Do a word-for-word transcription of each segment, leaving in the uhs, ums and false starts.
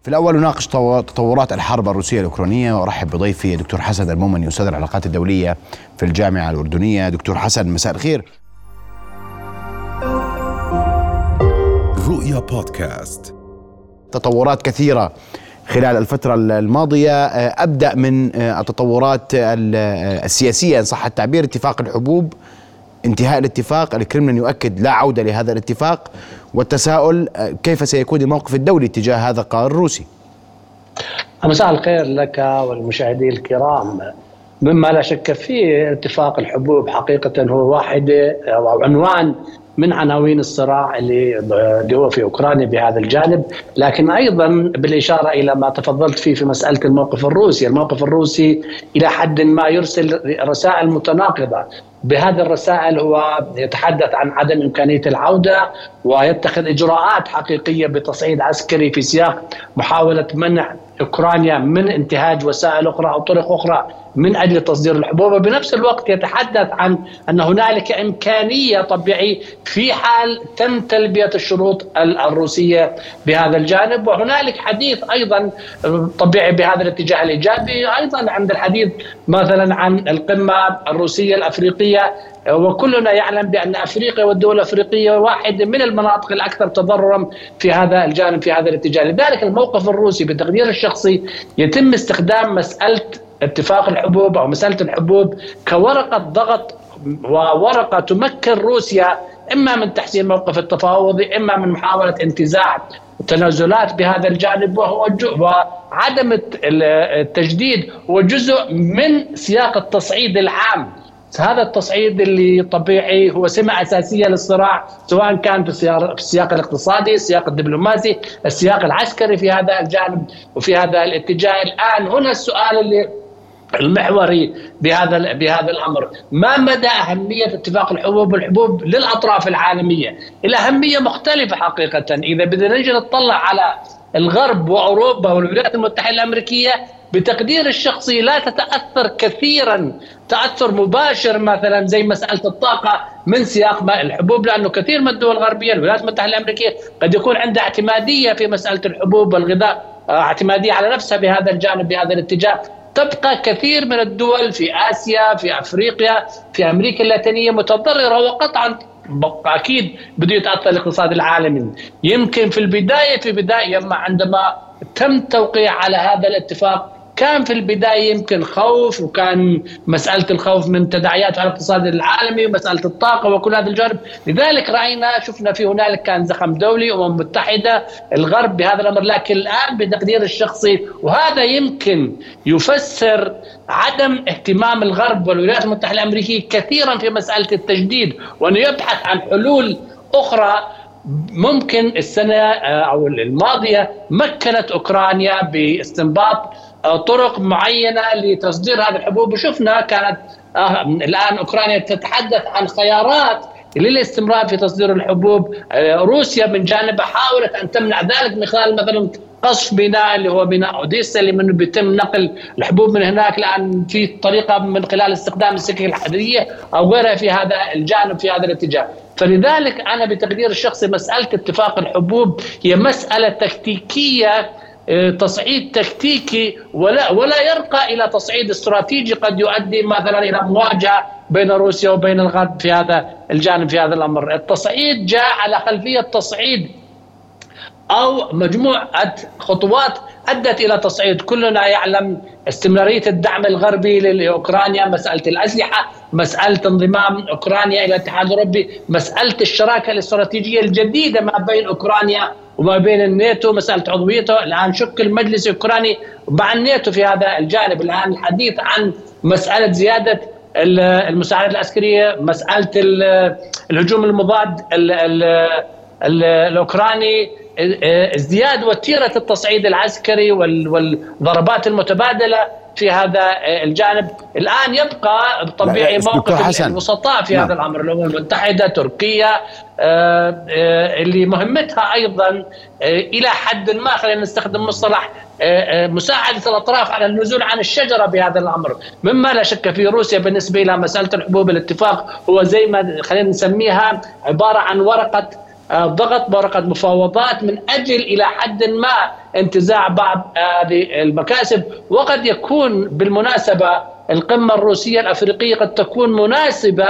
في الأول نناقش تطورات الحرب الروسية الأوكرانية، وأرحب بضيفي دكتور حسن المومني أستاذ العلاقات الدولية في الجامعة الأردنية. دكتور حسن مساء الخير. رؤيا بودكاست. تطورات كثيرة خلال الفترة الماضية، أبدأ من التطورات السياسية إن صح التعبير. اتفاق الحبوب، انتهاء الاتفاق، الكرملين يؤكد لا عودة لهذا الاتفاق، والتساؤل كيف سيكون الموقف الدولي تجاه هذا القرار الروسي؟ مساء الخير لك والمشاهدين الكرام. مما لا شك فيه اتفاق الحبوب حقيقة هو واحدة أو عنوان من عناوين الصراع اللي هو في أوكرانيا بهذا الجانب، لكن أيضا بالإشارة إلى ما تفضلت فيه في مسألة الموقف الروسي. الموقف الروسي إلى حد ما يرسل رسائل متناقضة. بهذه الرسائل هو يتحدث عن عدم إمكانية العودة، ويتخذ إجراءات حقيقية بتصعيد عسكري في سياق محاولة منع أوكرانيا من انتهاج وسائل أخرى أو طرق أخرى من أجل تصدير الحبوب. وبنفس الوقت يتحدث عن أن هنالك إمكانية طبيعية في حال تم تلبية الشروط الروسية بهذا الجانب. وهنالك حديث أيضا طبيعي بهذا الاتجاه الإيجابي، أيضا عند الحديث مثلا عن القمة الروسية الأفريقية، وكلنا يعلم بأن أفريقيا والدول الأفريقية واحدة من المناطق الأكثر تضررا في هذا الجانب في هذا الاتجاه. لذلك الموقف الروسي بتقدير الشخصي يتم استخدام مسألة اتفاق الحبوب أو مسألة الحبوب كورقة ضغط وورقة تمكن روسيا إما من تحسين موقف التفاوضي، إما من محاولة انتزاع تنازلات بهذا الجانب. وهو وعدم التجديد هو جزء من سياق التصعيد العام. هذا التصعيد اللي طبيعي هو سمة أساسية للصراع، سواء كان في السياق الاقتصادي، السياق الدبلوماسي، السياق العسكري في هذا الجانب وفي هذا الاتجاه. الآن هنا السؤال اللي المحوري بهذا بهذا الامر، ما مدى اهميه اتفاق الحبوب والحبوب للاطراف العالميه؟ الاهميه مختلفه حقيقه. اذا بدنا نجي نطلع على الغرب واوروبا والولايات المتحده الامريكيه، بتقدير الشخصي لا تتاثر كثيرا تاثر مباشر مثلا زي مساله الطاقه من سياق الحبوب، لانه كثير من الدول الغربيه الولايات المتحده الامريكيه قد يكون عندها اعتماديه في مساله الحبوب والغذاء، اعتماديه على نفسها بهذا الجانب بهذا الاتجاه. تبقى كثير من الدول في آسيا، في أفريقيا، في أمريكا اللاتينية متضررة، وقطعا أكيد بده يتأثر الاقتصاد العالمي. يمكن في البداية في بداية عندما تم توقيع على هذا الاتفاق كان في البداية يمكن خوف، وكان مسألة الخوف من تداعيات على الاقتصاد العالمي ومسألة الطاقة وكل هذا الجانب. لذلك رأينا شفنا في هنالك كان زخم دولي، أمم متحدة، الغرب بهذا الأمر. لكن الآن بتقدير الشخصي، وهذا يمكن يفسر عدم اهتمام الغرب والولايات المتحدة الأمريكية كثيرا في مسألة التجديد، وأنه يبحث عن حلول أخرى. ممكن السنة أو الماضية مكنت أوكرانيا باستنباط طرق معينة لتصدير هذه الحبوب، وشفنا كانت آه الآن أوكرانيا تتحدث عن خيارات للاستمرار في تصدير الحبوب. آه روسيا من جانبها حاولت أن تمنع ذلك من خلال مثلا قصف بناء اللي هو بناء أوديسا اللي منه بيتم نقل الحبوب من هناك. الآن في طريقة من خلال استخدام السكك الحديدية أو غيرها في هذا الجانب في هذا الاتجاه. فلذلك أنا بتقدير الشخصي مسألة اتفاق الحبوب هي مسألة تكتيكية، تصعيد تكتيكي، ولا ولا يرقى الى تصعيد استراتيجي قد يؤدي مثلا الى مواجهه بين روسيا وبين الغرب في هذا الجانب في هذا الامر. التصعيد جاء على خلفيه تصعيد او مجموعه خطوات ادت الى تصعيد. كلنا يعلم استمراريه الدعم الغربي لاوكرانيا، مساله الاسلحه، مساله انضمام اوكرانيا الى الاتحاد الاوروبي، مساله الشراكه الاستراتيجيه الجديده ما بين اوكرانيا وما بين الناتو، مسألة عضويته. الآن شكل مجلس أوكراني مع الناتو في هذا الجانب. الآن الحديث عن مسألة زيادة المساعدات العسكرية، مسألة الهجوم المضاد الأوكراني، ازدياد وتيرة التصعيد العسكري والضربات المتبادلة في هذا الجانب. الآن يبقى طبيعي موقف الوسطاء في نعم. هذا الأمر، الأمم المتحدة، تركيا، آه آه اللي مهمتها أيضا آه إلى حد ما، خلينا نستخدم مصطلح آه مساعدة الأطراف على النزول عن الشجرة بهذا الأمر. مما لا شك في روسيا بالنسبة إلى مسألة الحبوب، الاتفاق هو زي ما خلينا نسميها عبارة عن ورقة ضغط بورقة مفاوضات من أجل إلى حد ما انتزاع بعض هذه المكاسب. وقد يكون بالمناسبة القمة الروسية الأفريقية قد تكون مناسبة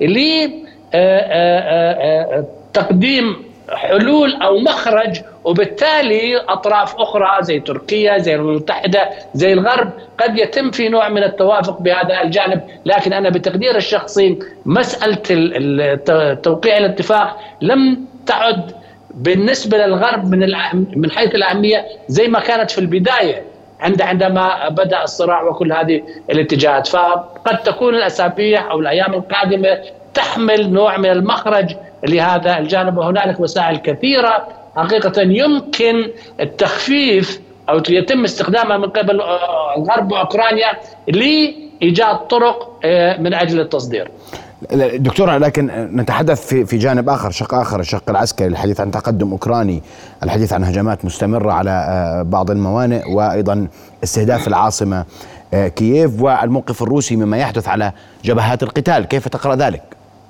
لتقديم حلول أو مخرج، وبالتالي أطراف أخرى زي تركيا زي الولايات المتحدة زي الغرب قد يتم في نوع من التوافق بهذا الجانب. لكن أنا بتقدير الشخصي مسألة توقيع الاتفاق لم تعد بالنسبة للغرب من من حيث الأهمية زي ما كانت في البداية عند عندما بدأ الصراع وكل هذه الاتجاهات. فقد تكون الأسابيع أو الأيام القادمة تحمل نوع من المخرج لهذا الجانب، وهنالك وسائل كثيرة حقيقة يمكن التخفيف أو يتم استخدامها من قبل الغرب وأوكرانيا لإيجاد طرق من أجل التصدير. دكتور، لكن نتحدث في في جانب آخر، شق آخر، الشق العسكري، الحديث عن تقدم أوكراني، الحديث عن هجمات مستمرة على بعض الموانئ، وأيضا استهداف العاصمة كييف، والموقف الروسي مما يحدث على جبهات القتال. كيف تقرأ ذلك؟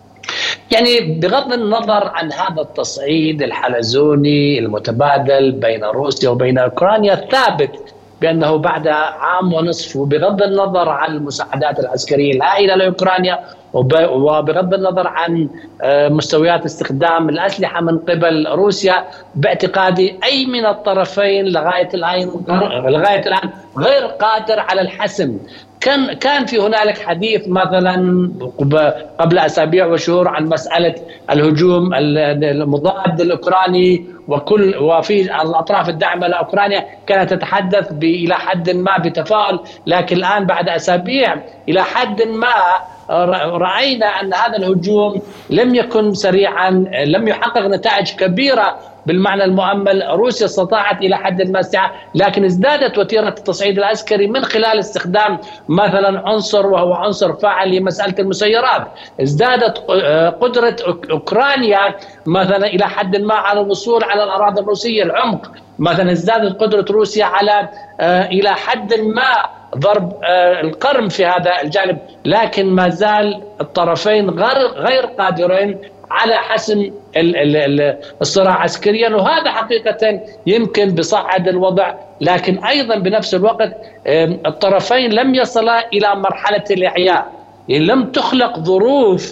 يعني بغض النظر عن هذا التصعيد الحلزوني المتبادل بين روسيا وبين أوكرانيا، ثابت بأنه بعد عام ونصف، وبغض النظر عن المساعدات العسكرية الهائلة لأوكرانيا، وبغض النظر عن مستويات استخدام الأسلحة من قبل روسيا، باعتقادي أي من الطرفين لغاية الآن لغاية الآن غير قادر على الحسم. كان كان في هنالك حديث مثلا قبل اسابيع وشهور عن مساله الهجوم المضاد الاوكراني، وكل وفي الاطراف الداعمه لاوكرانيا كانت تتحدث الى حد ما بتفاؤل. لكن الان بعد اسابيع الى حد ما راينا ان هذا الهجوم لم يكن سريعا، لم يحقق نتائج كبيره بالمعنى المؤمل. روسيا استطاعت إلى حد ما استيعاب، لكن ازدادت وتيرة التصعيد العسكري من خلال استخدام مثلا عنصر وهو عنصر فاعل لمسألة المسيرات. ازدادت قدرة أوكرانيا مثلا إلى حد ما على الوصول على الأراضي الروسية العمق. مثلا ازدادت قدرة روسيا على إلى حد ما ضرب القرم في هذا الجانب، لكن ما زال الطرفين غير قادرين على حسم الصراع عسكريا، وهذا حقيقة يمكن بصعد الوضع. لكن أيضا بنفس الوقت الطرفين لم يصلا إلى مرحلة الإعياء، يعني لم تخلق ظروف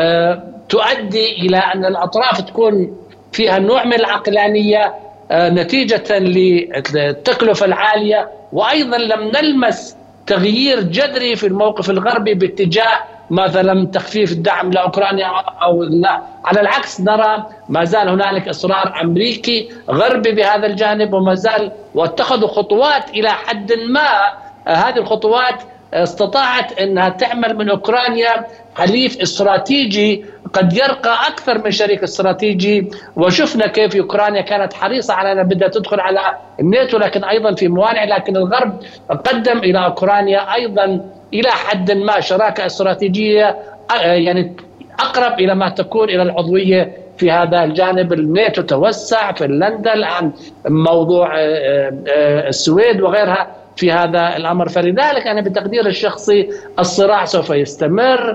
تؤدي إلى أن الأطراف تكون فيها نوع من العقلانية نتيجة للتكلفة العالية. وأيضا لم نلمس تغيير جذري في الموقف الغربي باتجاه مثلا تخفيف الدعم لاوكرانيا او لا. على العكس نرى ما زال هنالك اصرار امريكي غربي بهذا الجانب، وما زال واتخذوا خطوات الى حد ما. هذه الخطوات استطاعت انها تعمل من اوكرانيا حليف استراتيجي قد يرقى اكثر من شريك استراتيجي. وشفنا كيف اوكرانيا كانت حريصه على انها بدها تدخل على الناتو، لكن ايضا في موانع. لكن الغرب قدم الى اوكرانيا ايضا الى حد ما شراكه استراتيجيه يعني اقرب الى ما تكون الى العضويه في هذا الجانب. الناتو توسع، فنلندا الان موضوع السويد وغيرها في هذا الامر. فلذلك انا بتقدير الشخصي الصراع سوف يستمر.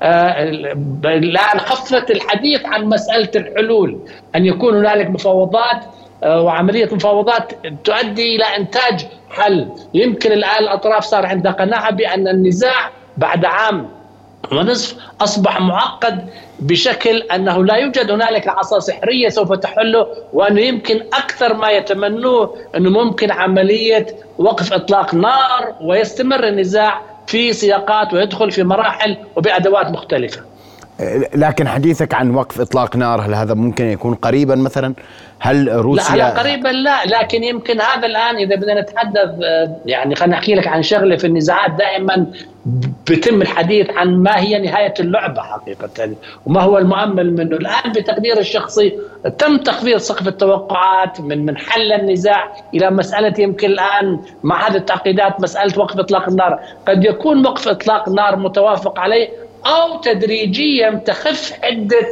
الان خفت الحديث عن مساله الحلول، ان يكون هنالك مفاوضات وعمليه مفاوضات تؤدي الى انتاج حل. يمكن الان الاطراف صار عندها قناعه بان النزاع بعد عام ونصف أصبح معقد بشكل أنه لا يوجد هنالك عصا سحرية سوف تحله، وأنه يمكن أكثر ما يتمنوه أنه ممكن عملية وقف إطلاق نار ويستمر النزاع في سياقات ويدخل في مراحل وبأدوات مختلفة. لكن حديثك عن وقف إطلاق نار، هل هذا ممكن يكون قريبا مثلا؟ هل روسيا؟ لا قريبا لا، لكن يمكن هذا الآن إذا بدنا نتحدث يعني خلينا نحكي لك عن شغلة في النزاعات دائما بيتم الحديث عن ما هي نهاية اللعبة حقيقة وما هو المؤمل منه. الآن بتقدير الشخصي تم تخفيض سقف التوقعات من من حل النزاع إلى مسألة يمكن الآن مع هذه التعقيدات مسألة وقف إطلاق النار قد يكون وقف إطلاق نار متوافق عليه أو تدريجيا تخف حدة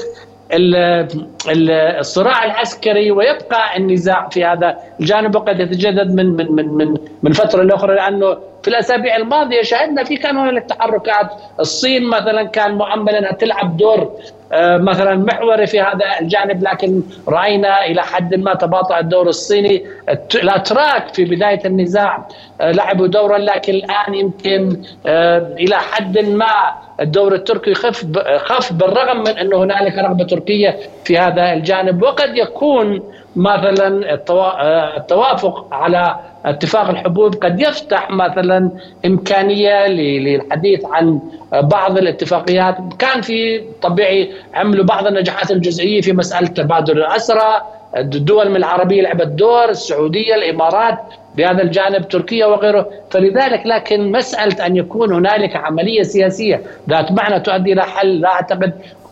الصراع العسكري ويبقى النزاع في هذا الجانب، وقد يتجدد من من من من من فترة لأخرى، لأنه في الأسابيع الماضية شاهدنا في كان هناك تحركات. الصين مثلا كان مؤمل أنها تلعب دور مثلا محوري في هذا الجانب، لكن رأينا إلى حد ما تباطأ الدور الصيني. الأتراك في بداية النزاع لعبوا دورا، لكن الآن يمكن إلى حد ما الدور التركي خف خف بالرغم من أنه هنالك رغبة تركية في هذا الجانب. وقد يكون مثلا التوافق على اتفاق الحبوب قد يفتح مثلا إمكانية للحديث عن بعض الاتفاقيات. كان في طبيعي عملوا بعض النجاحات الجزئية في مسألة تبادل الأسرى، الدول من العربية لعبت دور، السعودية، الإمارات بهذا الجانب، تركيا وغيره. فلذلك لكن مسألة أن يكون هنالك عملية سياسية ذات معنى تؤدي إلى حل، لا أعتقد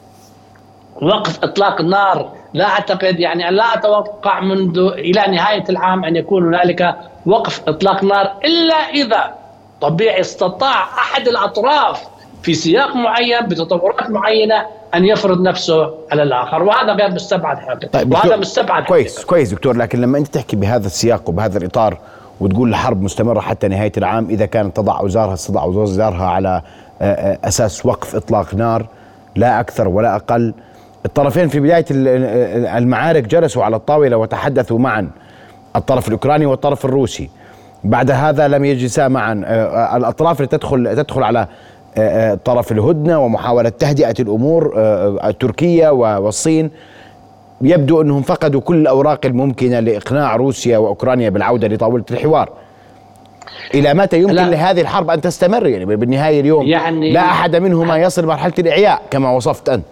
وقف إطلاق النار، لا أعتقد يعني لا أتوقع منذ إلى نهاية العام أن يكون هنالك وقف إطلاق نار، إلا إذا طبيعي استطاع أحد الأطراف في سياق معين بتطورات معينة أن يفرض نفسه على الآخر، وهذا غير مستبعد حقيقة. طيب وهذا مستبعد كويس حقيقة. كويس دكتور، لكن لما أنت تحكي بهذا السياق وبهذا الإطار وتقول الحرب مستمرة حتى نهاية العام، إذا كانت تضع أوزارها تضع أوزارها على أساس وقف إطلاق نار لا أكثر ولا أقل. الطرفين في بداية المعارك جلسوا على الطاولة وتحدثوا معا، الطرف الأوكراني والطرف الروسي. بعد هذا لم يجلسا معا. الأطراف اللي تدخل تدخل على طرف الهدنة ومحاولة تهدئة الأمور، تركيا والصين، يبدو أنهم فقدوا كل الأوراق الممكنة لإقناع روسيا وأوكرانيا بالعودة لطاولة الحوار. إلى متى يمكن لا. لهذه الحرب أن تستمر؟ يعني بالنهاية اليوم يعني لا أحد منهما يصل مرحلة الإعياء كما وصفت أنت.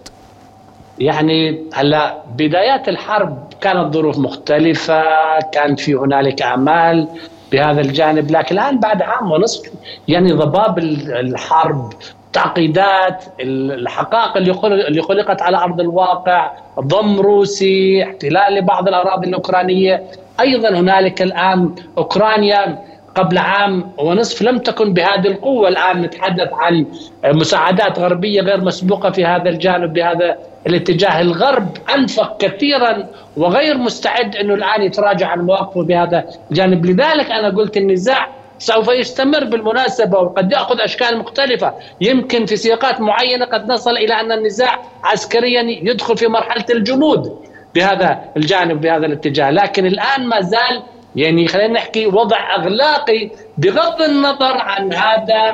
يعني هلا بدايات الحرب كانت ظروف مختلفة، كان في هنالك أعمال بهذا الجانب، لكن الآن بعد عام ونصف يعني ضباب الحرب، تعقيدات، الحقائق اللي خلقت على أرض الواقع، ضم روسي، احتلال لبعض الأراضي الأوكرانية. أيضا هنالك الآن أوكرانيا قبل عام ونصف لم تكن بهذه القوة، الآن نتحدث عن مساعدات غربية غير مسبوقة في هذا الجانب بهذا الاتجاه. الغرب أنفق كثيرا وغير مستعد أنه الآن يتراجع عن مواقفه بهذا الجانب. لذلك أنا قلت النزاع سوف يستمر بالمناسبة، وقد يأخذ أشكال مختلفة. يمكن في سياقات معينة قد نصل إلى أن النزاع عسكريا يدخل في مرحلة الجمود بهذا الجانب بهذا الاتجاه، لكن الآن ما زال يعني خلينا نحكي وضع أغلاقي بغض النظر عن هذا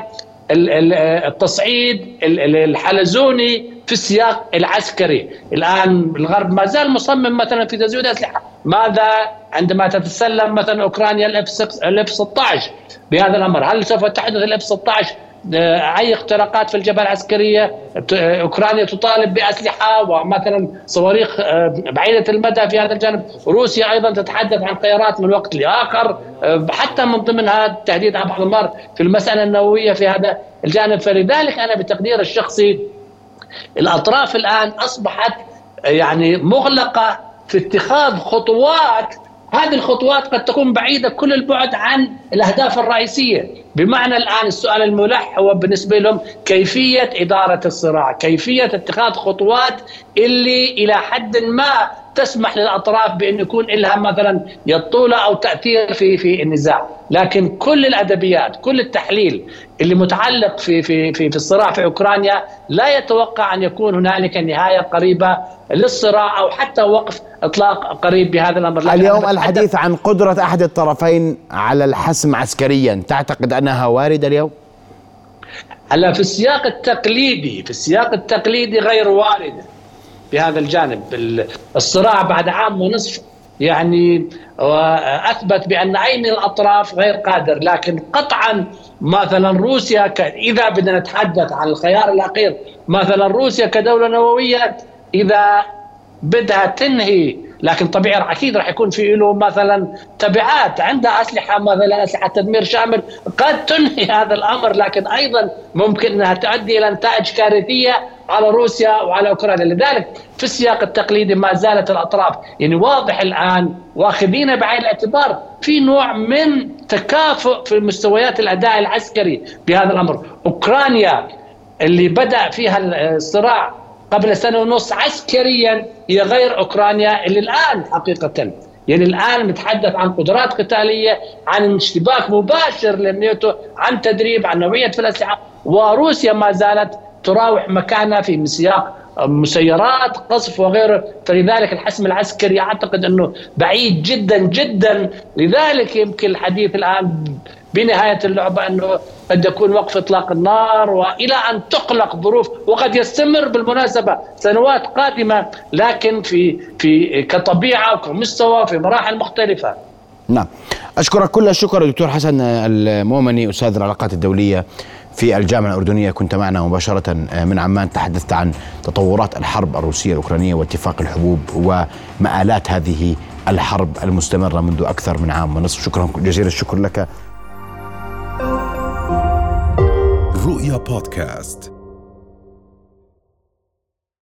التصعيد الحلزوني في السياق العسكري. الآن الغرب ما زال مصمم مثلا في تزويد أسلحة. ماذا عندما تتسلم مثلا أوكرانيا الاف ستة عشر بهذا الأمر؟ هل سوف تحدث الاف ستة عشر أي اختراقات في الجبهة العسكرية؟ أوكرانيا تطالب بأسلحة ومثلا صواريخ بعيدة المدى في هذا الجانب. روسيا أيضا تتحدث عن خيارات من وقت لآخر، حتى من ضمنها التهديد على بعض المرات في المسألة النووية في هذا الجانب. فلذلك أنا بتقدير الشخصي الأطراف الآن أصبحت يعني مغلقة في اتخاذ خطوات. هذه الخطوات قد تكون بعيدة كل البعد عن الأهداف الرئيسية. بمعنى الآن السؤال الملح هو بالنسبة لهم كيفية إدارة الصراع، كيفية اتخاذ خطوات اللي إلى حد ما تسمح للأطراف بأن يكون لها مثلا يطولة أو تأثير في في النزاع. لكن كل الأدبيات، كل التحليل اللي متعلق في في في في الصراع في أوكرانيا لا يتوقع أن يكون هنالك نهاية قريبة للصراع أو حتى وقف إطلاق قريب بهذا الأمر. اليوم الحديث عن قدرة أحد الطرفين على الحسم عسكريا، تعتقد أنها واردة اليوم؟ هلا في السياق التقليدي في السياق التقليدي غير واردة بهذا الجانب. الصراع بعد عام ونصف يعني أثبت بأن أي من الأطراف غير قادر، لكن قطعا مثلا روسيا إذا بدنا نتحدث عن الخيار الأخير، مثلا روسيا كدولة نووية إذا بدها تنهي، لكن طبيعي أكيد راح يكون في له مثلا تبعات، عندها أسلحة مثلا أسلحة تدمير شامل قد تنهي هذا الأمر، لكن أيضا ممكن أنها تؤدي إلى نتائج كارثية على روسيا وعلى أوكرانيا. لذلك في السياق التقليدي ما زالت الأطراف يعني واضح الآن واخذين بعين الاعتبار في نوع من تكافؤ في مستويات الأداء العسكري بهذا الأمر. أوكرانيا اللي بدأ فيها الصراع قبل سنة ونص عسكريا هي غير أوكرانيا اللي الآن حقيقة يعني الآن نتحدث عن قدرات قتالية، عن اشتباك مباشر للناتو، عن تدريب، عن نوعية في الأسلحة. وروسيا ما زالت تراوح مكانها في سياق مسيرات قصف وغيره، فلذلك الحسم العسكري أعتقد أنه بعيد جدا جدا. لذلك يمكن الحديث الآن بنهاية اللعبة أنه قد يكون وقف إطلاق النار وإلى أن تخلق ظروف، وقد يستمر بالمناسبة سنوات قادمة، لكن في في كطبيعة وكمستوى في مراحل مختلفة. نعم، أشكرك كل الشكر دكتور حسن المؤمني، أستاذ العلاقات الدولية في الجامعة الأردنية، كنت معنا مباشرة من عمان، تحدثت عن تطورات الحرب الروسية الأوكرانية واتفاق الحبوب ومآلات هذه الحرب المستمرة منذ أكثر من عام ونصف. شكرا جزيل الشكر لك. رؤيا بودكاست.